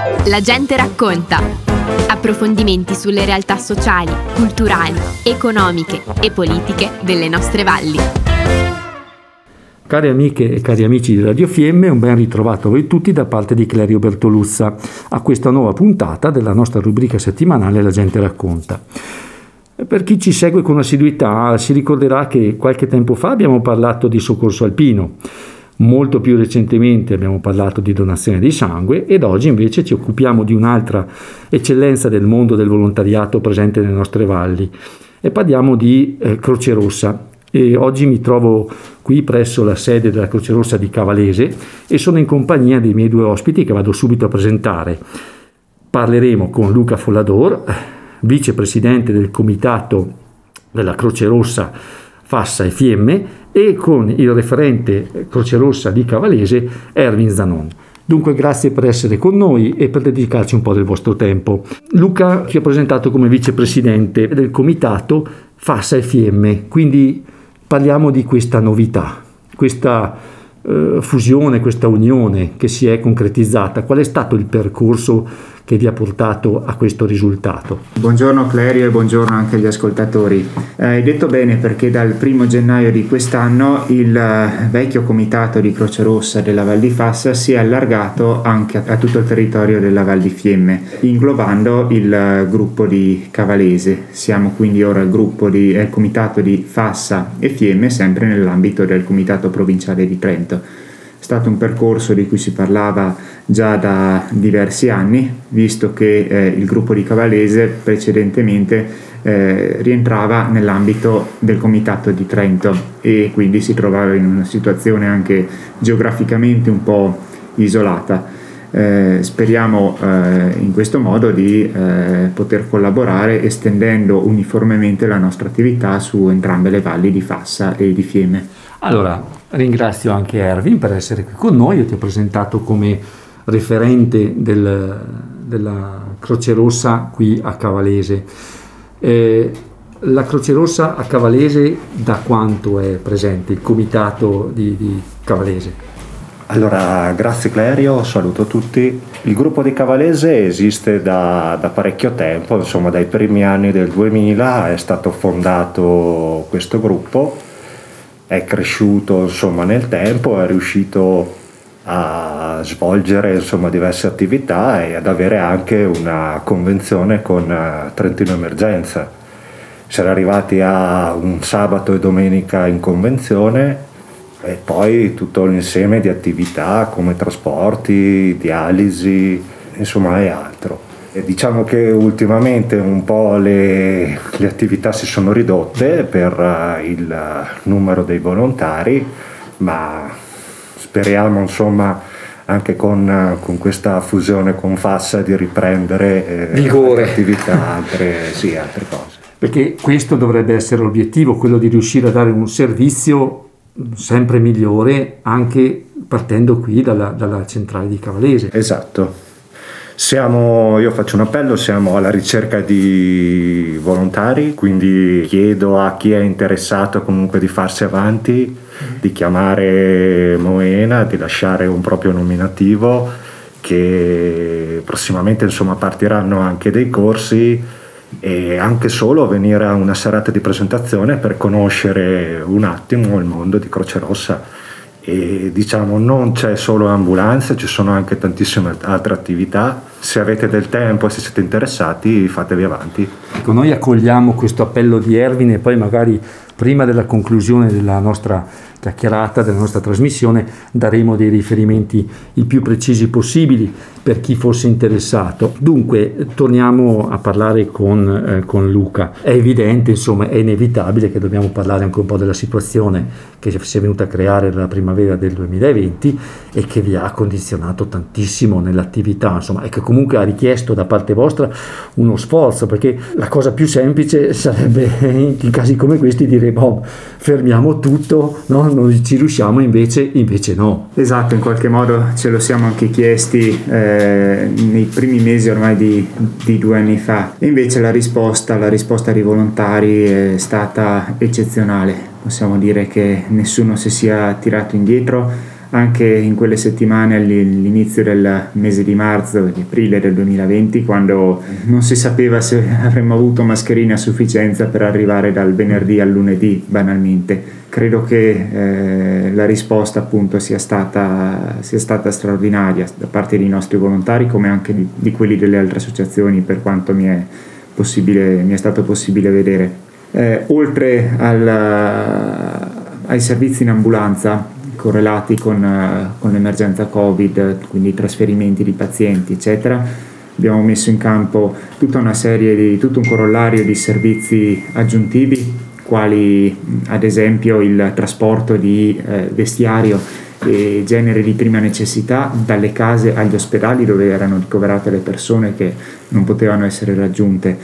La gente racconta. Approfondimenti sulle realtà sociali, culturali, economiche e politiche delle nostre valli. Cari amiche e cari amici di Radio Fiemme, un ben ritrovato a voi tutti da parte di Clerio Bertoluzza a questa nuova puntata della nostra rubrica settimanale La gente racconta. Per chi ci segue con assiduità si ricorderà che qualche tempo fa abbiamo parlato di soccorso alpino. Molto più recentemente abbiamo parlato di donazione di sangue ed oggi invece ci occupiamo di un'altra eccellenza del mondo del volontariato presente nelle nostre valli e parliamo di Croce Rossa. E oggi mi trovo qui presso la sede della Croce Rossa di Cavalese e sono in compagnia dei miei due ospiti che vado subito a presentare. Parleremo con Luca Follador, vicepresidente del comitato della Croce Rossa Fassa e Fiemme, e con il referente Croce Rossa di Cavalese, Erwin Zanon. Dunque grazie per essere con noi e per dedicarci un po' del vostro tempo. Luca ci ha presentato come vicepresidente del comitato Fassa e Fiemme, quindi parliamo di questa novità, questa fusione, questa unione che si è concretizzata. Qual è stato il percorso che vi ha portato a questo risultato? Buongiorno Clerio e buongiorno anche agli ascoltatori. Hai detto bene, perché dal 1 gennaio di quest'anno il vecchio comitato di Croce Rossa della Val di Fassa si è allargato anche a tutto il territorio della Val di Fiemme, inglobando il gruppo di Cavalese. Siamo quindi ora il comitato di Fassa e Fiemme, sempre nell'ambito del comitato provinciale di Trento. È stato un percorso di cui si parlava già da diversi anni, visto che il gruppo di Cavalese precedentemente rientrava nell'ambito del comitato di Trento e quindi si trovava in una situazione anche geograficamente un po' isolata. Speriamo in questo modo di poter collaborare estendendo uniformemente la nostra attività su entrambe le valli di Fassa e di Fiemme. Allora, ringrazio anche Erwin per essere qui con noi. Io ti ho presentato come referente della Croce Rossa qui a Cavalese. La Croce Rossa a Cavalese da quanto è presente il comitato di Cavalese? Allora, grazie Clerio, saluto tutti. Il gruppo di Cavalese esiste da parecchio tempo, insomma dai primi anni del 2000 è stato fondato questo gruppo, è cresciuto insomma nel tempo, è riuscito a svolgere insomma diverse attività e ad avere anche una convenzione con Trentino Emergenza. Siamo arrivati a un sabato e domenica in convenzione e poi tutto l'insieme di attività come trasporti, dialisi, insomma e altro. E diciamo che ultimamente un po' le attività si sono ridotte per il numero dei volontari, ma speriamo insomma anche con questa fusione con Fassa di riprendere vigore, attività, altre cose. Perché questo dovrebbe essere l'obiettivo, quello di riuscire a dare un servizio sempre migliore anche partendo qui dalla centrale di Cavalese. Esatto. Io faccio un appello, siamo alla ricerca di volontari, quindi chiedo a chi è interessato comunque di farsi avanti, di chiamare Moena, di lasciare un proprio nominativo, che prossimamente insomma partiranno anche dei corsi e anche solo venire a una serata di presentazione per conoscere un attimo il mondo di Croce Rossa. E diciamo non c'è solo ambulanza, ci sono anche tantissime altre attività. Se avete del tempo e se siete interessati fatevi avanti. Ecco, noi accogliamo questo appello di Erwin e poi magari prima della conclusione della nostra chiacchierata, della nostra trasmissione, daremo dei riferimenti il più precisi possibili per chi fosse interessato. Dunque, torniamo a parlare con Luca. È evidente, insomma, è inevitabile che dobbiamo parlare anche un po' della situazione che si è venuta a creare nella primavera del 2020 e che vi ha condizionato tantissimo nell'attività, insomma, e che comunque ha richiesto da parte vostra uno sforzo, perché la cosa più semplice sarebbe in casi come questi dire fermiamo tutto, no? Non ci riusciamo, invece no. Esatto, in qualche modo ce lo siamo anche chiesti nei primi mesi ormai di 2 anni fa, e invece la risposta dei volontari è stata eccezionale. Possiamo dire che nessuno si sia tirato indietro, anche in quelle settimane all'inizio del mese di marzo, di aprile del 2020, quando non si sapeva se avremmo avuto mascherine a sufficienza per arrivare dal venerdì al lunedì, banalmente. Credo che la risposta appunto sia stata straordinaria da parte dei nostri volontari, come anche di quelli delle altre associazioni, per quanto mi è stato possibile vedere. Oltre ai servizi in ambulanza correlati con l'emergenza Covid, quindi trasferimenti di pazienti, eccetera, abbiamo messo in campo tutto un corollario di servizi aggiuntivi, quali ad esempio il trasporto di vestiario e generi di prima necessità dalle case agli ospedali dove erano ricoverate le persone che non potevano essere raggiunte,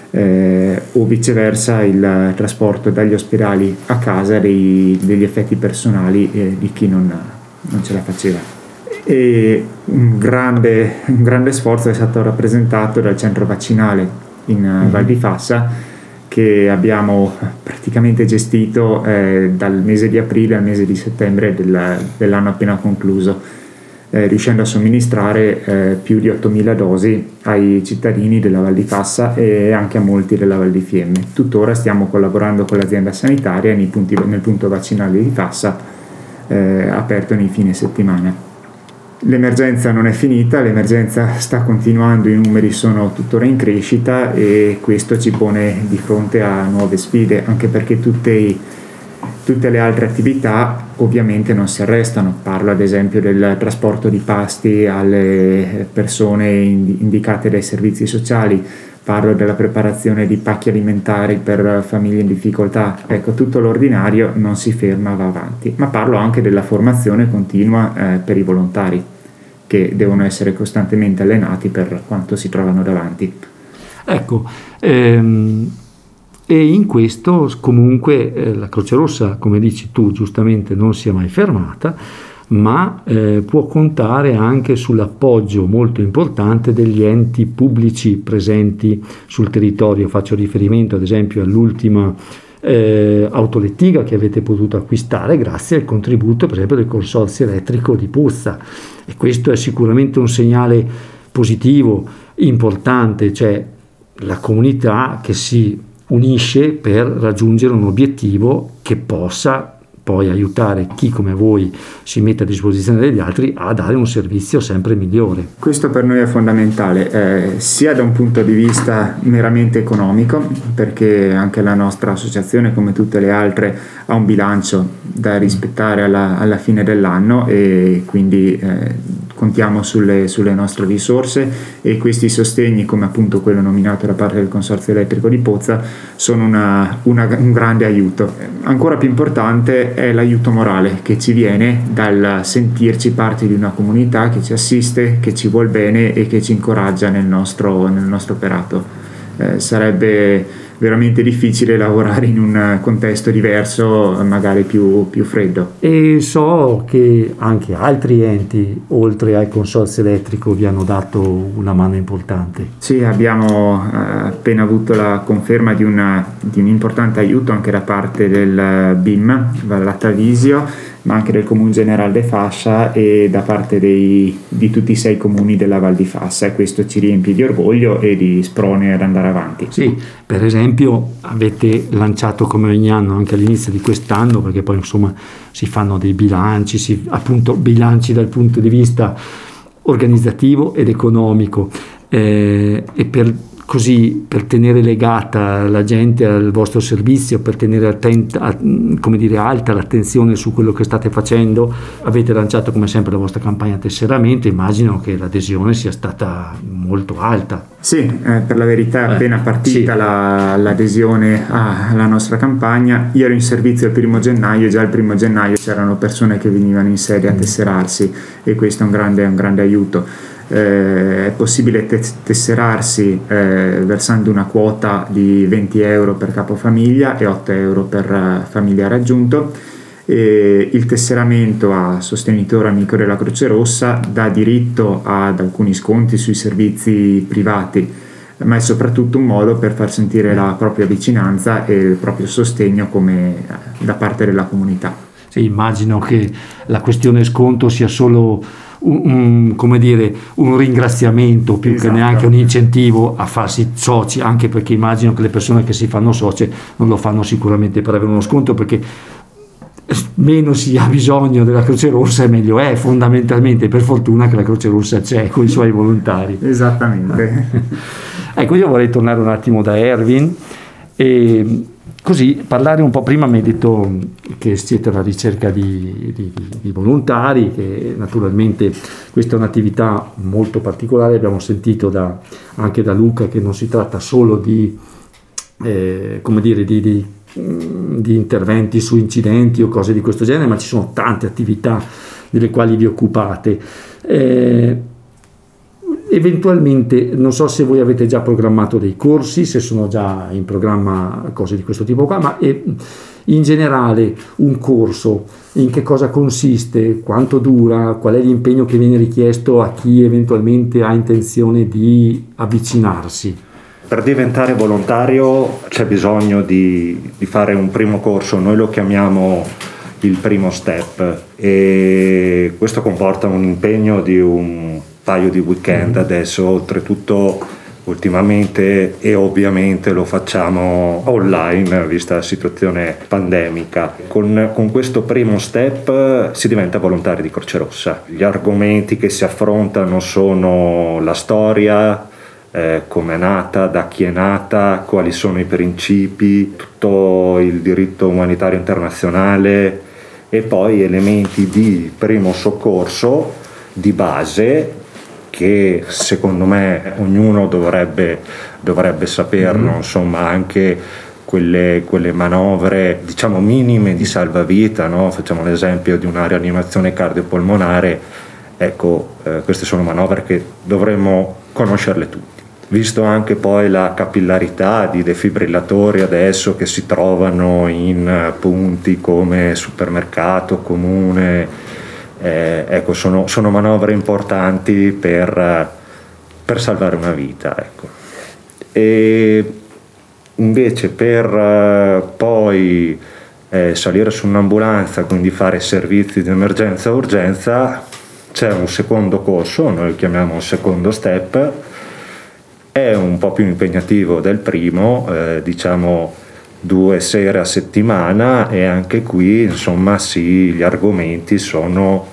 o viceversa il trasporto dagli ospedali a casa degli effetti personali di chi non ce la faceva. E un grande sforzo è stato rappresentato dal centro vaccinale in Val di Fassa, che abbiamo praticamente gestito dal mese di aprile al mese di settembre dell'anno appena concluso, riuscendo a somministrare più di 8.000 dosi ai cittadini della Val di Fassa e anche a molti della Val di Fiemme. Tuttora stiamo collaborando con l'azienda sanitaria nel punto vaccinale di Fassa, aperto nei fine settimana. L'emergenza non è finita, l'emergenza sta continuando, i numeri sono tuttora in crescita e questo ci pone di fronte a nuove sfide, anche perché tutte le altre attività ovviamente non si arrestano. Parlo ad esempio del trasporto di pasti alle persone indicate dai servizi sociali, parlo della preparazione di pacchi alimentari per famiglie in difficoltà. Ecco, tutto l'ordinario non si ferma, va avanti. Ma parlo anche della formazione continua per i volontari, che devono essere costantemente allenati per quanto si trovano davanti. Ecco, e in questo comunque la Croce Rossa, come dici tu giustamente, non si è mai fermata, ma può contare anche sull'appoggio molto importante degli enti pubblici presenti sul territorio. Faccio riferimento ad esempio all'ultima autolettiga che avete potuto acquistare grazie al contributo per esempio del Consorzio Elettrico di Pozza, e questo è sicuramente un segnale positivo, importante, cioè la comunità che si unisce per raggiungere un obiettivo che possa poi aiutare chi come voi si mette a disposizione degli altri a dare un servizio sempre migliore. Questo per noi è fondamentale, sia da un punto di vista meramente economico, perché anche la nostra associazione, come tutte le altre, ha un bilancio da rispettare alla fine dell'anno e quindi contiamo sulle nostre risorse, e questi sostegni, come appunto quello nominato da parte del Consorzio Elettrico di Pozza, sono un grande aiuto. Ancora più importante è l'aiuto morale che ci viene dal sentirci parte di una comunità che ci assiste, che ci vuol bene e che ci incoraggia nel nostro operato. Sarebbe veramente difficile lavorare in un contesto diverso, magari più freddo. E so che anche altri enti, oltre al Consorzio Elettrico, vi hanno dato una mano importante. Sì, abbiamo appena avuto la conferma di un importante aiuto anche da parte del BIM, Vallattavisio, ma anche del Comune Generale de Fascia e da parte di tutti i 6 comuni della Val di Fassa, e questo ci riempie di orgoglio e di sprone ad andare avanti. Sì, per esempio avete lanciato come ogni anno anche all'inizio di quest'anno, perché poi insomma si fanno dei bilanci, appunto bilanci dal punto di vista organizzativo ed economico, e per tenere legata la gente al vostro servizio, per tenere alta l'attenzione su quello che state facendo, avete lanciato come sempre la vostra campagna tesseramento. Immagino che l'adesione sia stata molto alta. Sì, per la verità è appena partita l'adesione alla nostra campagna. Io ero in servizio il 1 gennaio, già il 1 gennaio c'erano persone che venivano in sede a tesserarsi, e questo è un grande aiuto. È possibile tesserarsi versando una quota di 20 euro per capofamiglia e 8 euro per famiglia raggiunto. Il tesseramento a sostenitore amico della Croce Rossa dà diritto ad alcuni sconti sui servizi privati, ma è soprattutto un modo per far sentire la propria vicinanza e il proprio sostegno come da parte della comunità. Sì, immagino che la questione sconto sia solo come dire, un ringraziamento più che neanche un incentivo a farsi soci, anche perché immagino che le persone che si fanno socie non lo fanno sicuramente per avere uno sconto, perché meno si ha bisogno della Croce Rossa e meglio è, fondamentalmente. Per fortuna che la Croce Rossa c'è con i suoi volontari. Esattamente. Ecco, io vorrei tornare un attimo da Erwin e così parlare un po'. Prima mi hai detto che siete alla ricerca di volontari, che naturalmente questa è un'attività molto particolare. Abbiamo sentito anche da Luca che non si tratta solo di interventi su incidenti o cose di questo genere, ma ci sono tante attività delle quali vi occupate. Eventualmente, non so se voi avete già programmato dei corsi, se sono già in programma cose di questo tipo qua, ma in generale un corso in che cosa consiste, quanto dura, qual è l'impegno che viene richiesto a chi eventualmente ha intenzione di avvicinarsi? Per diventare volontario c'è bisogno di fare un primo corso, noi lo chiamiamo il primo step, e questo comporta un impegno di un paio di weekend. Adesso oltretutto ultimamente, e ovviamente lo facciamo online vista la situazione pandemica. Con questo primo step si diventa volontari di Croce Rossa. Gli argomenti che si affrontano sono la storia, come è nata, da chi è nata, quali sono i principi, tutto il diritto umanitario internazionale, e poi elementi di primo soccorso di base che secondo me ognuno dovrebbe saperlo, insomma, anche quelle manovre diciamo minime di salvavita, no? Facciamo l'esempio di una rianimazione cardiopolmonare, ecco, queste sono manovre che dovremmo conoscerle tutti. Visto anche poi la capillarità di defibrillatori adesso che si trovano in punti come supermercato, comune, ecco, sono manovre importanti per salvare una vita, ecco. E invece per poi salire su un'ambulanza, quindi fare servizi di emergenza e urgenza, c'è un secondo corso, noi lo chiamiamo secondo step. È un po' più impegnativo del primo, diciamo 2 sere a settimana, e anche qui insomma sì, gli argomenti sono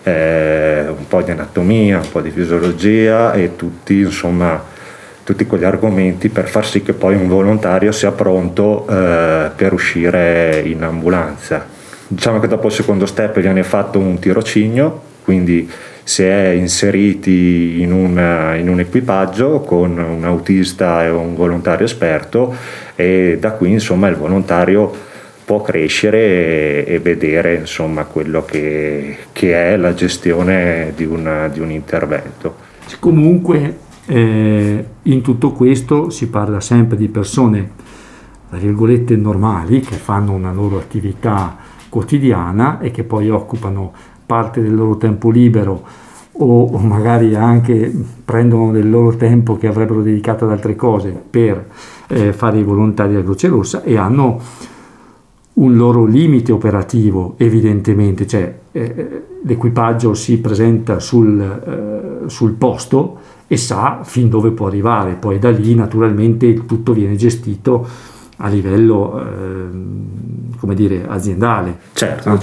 un po' di anatomia, un po' di fisiologia e tutti quegli argomenti per far sì che poi un volontario sia pronto per uscire in ambulanza. Diciamo che dopo il secondo step viene fatto un tirocinio, quindi si è inseriti in un equipaggio con un autista e un volontario esperto, e da qui insomma il volontario può crescere e vedere insomma quello che è la gestione di un intervento. Comunque in tutto questo si parla sempre di persone tra virgolette normali, che fanno una loro attività quotidiana e che poi occupano parte del loro tempo libero o magari anche prendono del loro tempo che avrebbero dedicato ad altre cose per fare i volontari della Croce Rossa, e hanno un loro limite operativo evidentemente, cioè l'equipaggio si presenta sul posto e sa fin dove può arrivare, poi da lì naturalmente tutto viene gestito a livello come dire aziendale. Certo.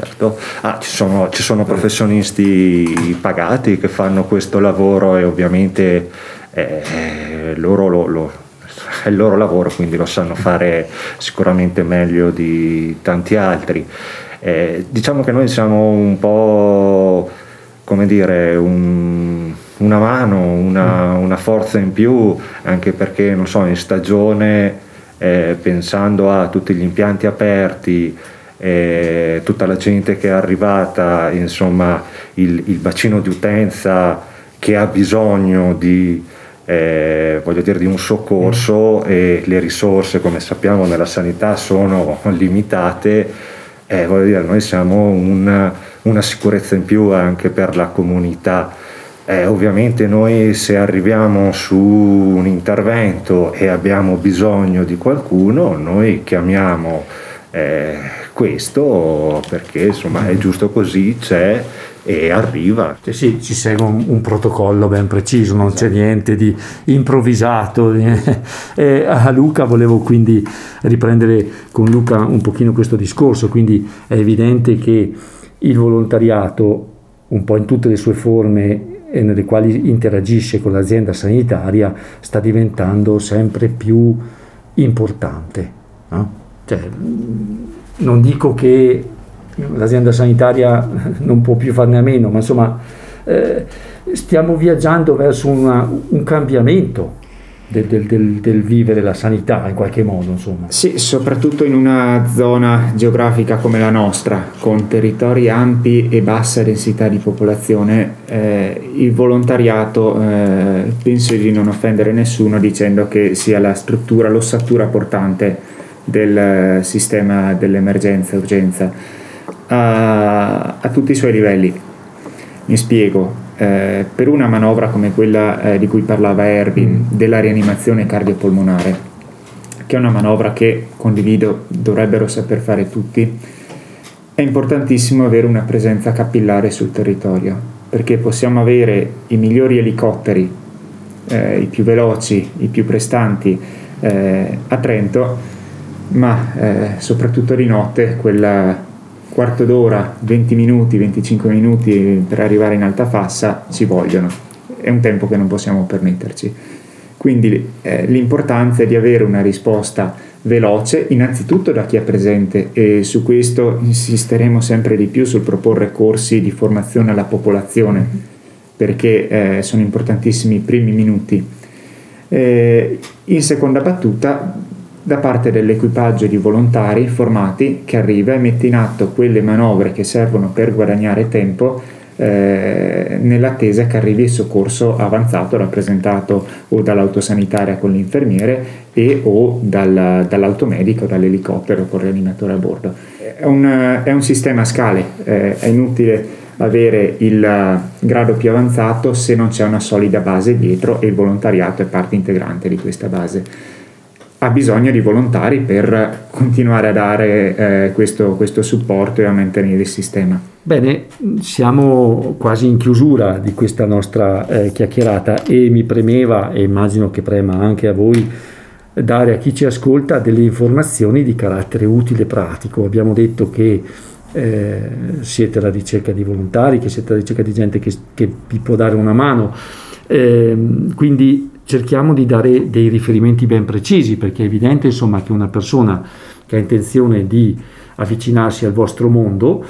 Ci sono professionisti pagati che fanno questo lavoro, e ovviamente loro è il loro lavoro, quindi lo sanno fare sicuramente meglio di tanti altri. Diciamo che noi siamo un po', come dire, una mano, una forza in più, anche perché non so, in stagione, pensando a tutti gli impianti aperti, tutta la gente che è arrivata, insomma il bacino di utenza che ha bisogno di un soccorso, e le risorse, come sappiamo, nella sanità sono limitate. Noi siamo una sicurezza in più anche per la comunità. Ovviamente noi, se arriviamo su un intervento e abbiamo bisogno di qualcuno, noi chiamiamo questo perché insomma è giusto così, c'è e arriva. Sì, ci segue un protocollo ben preciso, non c'è niente di improvvisato. A Luca volevo quindi riprendere con Luca un pochino questo discorso, quindi è evidente che il volontariato un po' in tutte le sue forme nelle quali interagisce con l'azienda sanitaria sta diventando sempre più importante, no? Cioè, non dico che l'azienda sanitaria non può più farne a meno, ma insomma stiamo viaggiando verso un cambiamento del vivere la sanità in qualche modo, insomma. Sì, soprattutto in una zona geografica come la nostra, con territori ampi e bassa densità di popolazione, il volontariato, penso di non offendere nessuno dicendo che sia l'ossatura portante del sistema dell'emergenza e urgenza a tutti i suoi livelli. Mi spiego. Per una manovra come quella di cui parlava Erwin, della rianimazione cardiopolmonare, che è una manovra che, condivido, dovrebbero saper fare tutti, è importantissimo avere una presenza capillare sul territorio, perché possiamo avere i migliori elicotteri, i più veloci, i più prestanti a Trento, ma soprattutto di notte quella quarto d'ora, 20 minuti, 25 minuti per arrivare in alta fassa ci vogliono, è un tempo che non possiamo permetterci, quindi l'importanza è di avere una risposta veloce innanzitutto da chi è presente, e su questo insisteremo sempre di più sul proporre corsi di formazione alla popolazione, perché sono importantissimi i primi minuti. In seconda battuta, da parte dell'equipaggio di volontari formati che arriva e mette in atto quelle manovre che servono per guadagnare tempo nell'attesa che arrivi il soccorso avanzato rappresentato o dall'autosanitaria con l'infermiere o dall'automedico, dall'elicottero con il rianimatore a bordo. È un sistema a scale, è inutile avere il grado più avanzato se non c'è una solida base dietro, e il volontariato è parte integrante di questa base. Ha bisogno di volontari per continuare a dare questo supporto e a mantenere il sistema. Bene, siamo quasi in chiusura di questa nostra chiacchierata, e mi premeva, e immagino che prema anche a voi, dare a chi ci ascolta delle informazioni di carattere utile e pratico. Abbiamo detto che siete alla ricerca di volontari, che siete alla ricerca di gente che vi può dare una mano, quindi cerchiamo di dare dei riferimenti ben precisi, perché è evidente insomma che una persona che ha intenzione di avvicinarsi al vostro mondo,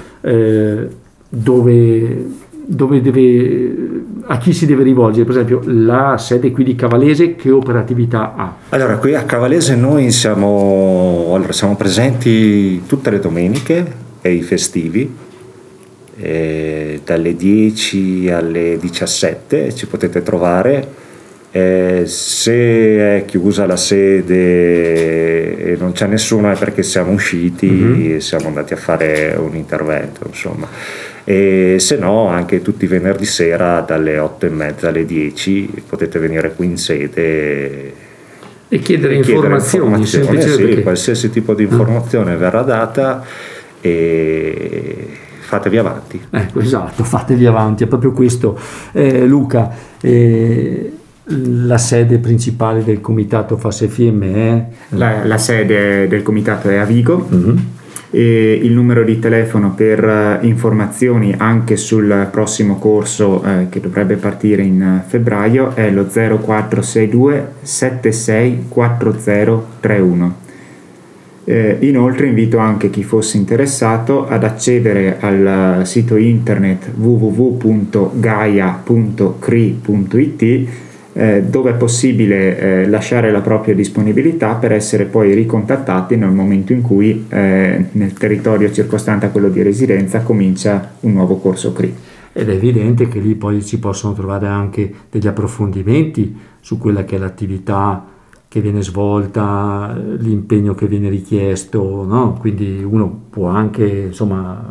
a chi si deve rivolgere? Per esempio la sede qui di Cavalese che operatività ha? Allora, qui a Cavalese noi siamo presenti tutte le domeniche e i festivi, dalle 10 alle 17 ci potete trovare. Se è chiusa la sede e non c'è nessuno è perché siamo usciti e siamo andati a fare un intervento, insomma. E se no, anche tutti i venerdì sera dalle 8:30 alle 10 potete venire qui in sede e chiedere informazioni. Sì, qualsiasi tipo di informazione verrà data, e fatevi avanti. Ecco, esatto, fatevi avanti, è proprio questo. Luca, la sede principale del comitato FAS-FM è? La sede del comitato è a Vigo, e il numero di telefono per informazioni anche sul prossimo corso che dovrebbe partire in febbraio è lo 0462 764031. Inoltre invito anche chi fosse interessato ad accedere al sito internet www.gaia.cri.it, dove è possibile lasciare la propria disponibilità per essere poi ricontattati nel momento in cui nel territorio circostante a quello di residenza comincia un nuovo corso CRI. Ed è evidente che lì poi si possono trovare anche degli approfondimenti su quella che è l'attività che viene svolta, l'impegno che viene richiesto, no? Quindi uno può anche insomma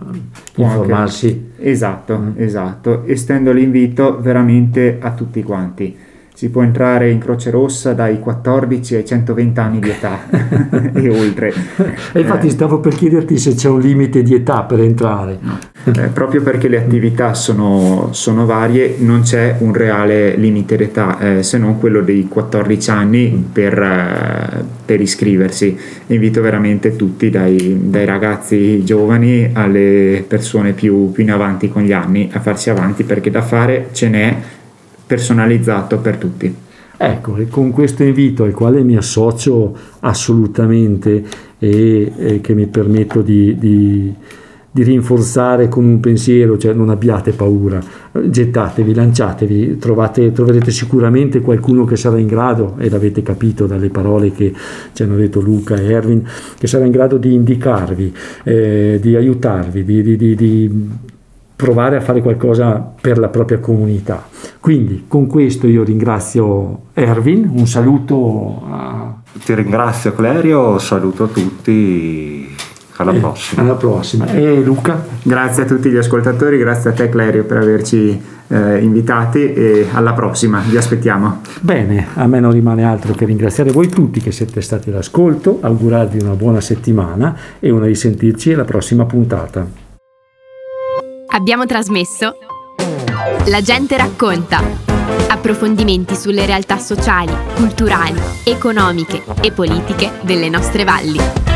informarsi. Esatto. Estendo l'invito veramente a tutti quanti. si può entrare in Croce Rossa dai 14 ai 120 anni di età e oltre. E infatti stavo per chiederti se c'è un limite di età per entrare. Proprio perché le attività sono varie, non c'è un reale limite d'età, se non quello dei 14 anni per iscriversi. Invito veramente tutti, dai ragazzi giovani alle persone più in avanti con gli anni, a farsi avanti, perché da fare ce n'è, personalizzato per tutti. Ecco, e con questo invito al quale mi associo assolutamente e che mi permetto di rinforzare con un pensiero, cioè non abbiate paura, gettatevi, lanciatevi, troverete sicuramente qualcuno che sarà in grado, e l'avete capito dalle parole che ci hanno detto Luca e Erwin, che sarà in grado di indicarvi, di aiutarvi, di provare a fare qualcosa per la propria comunità. Quindi con questo io ringrazio Erwin, un saluto Ti ringrazio Clerio, saluto tutti, alla prossima. Alla prossima. E Luca? Grazie a tutti gli ascoltatori, grazie a te Clerio per averci invitati, e alla prossima, vi aspettiamo. Bene, a me non rimane altro che ringraziare voi tutti che siete stati all'ascolto, augurarvi una buona settimana e una risentirci alla prossima puntata. Abbiamo trasmesso La gente racconta. Approfondimenti sulle realtà sociali, culturali, economiche e politiche delle nostre valli.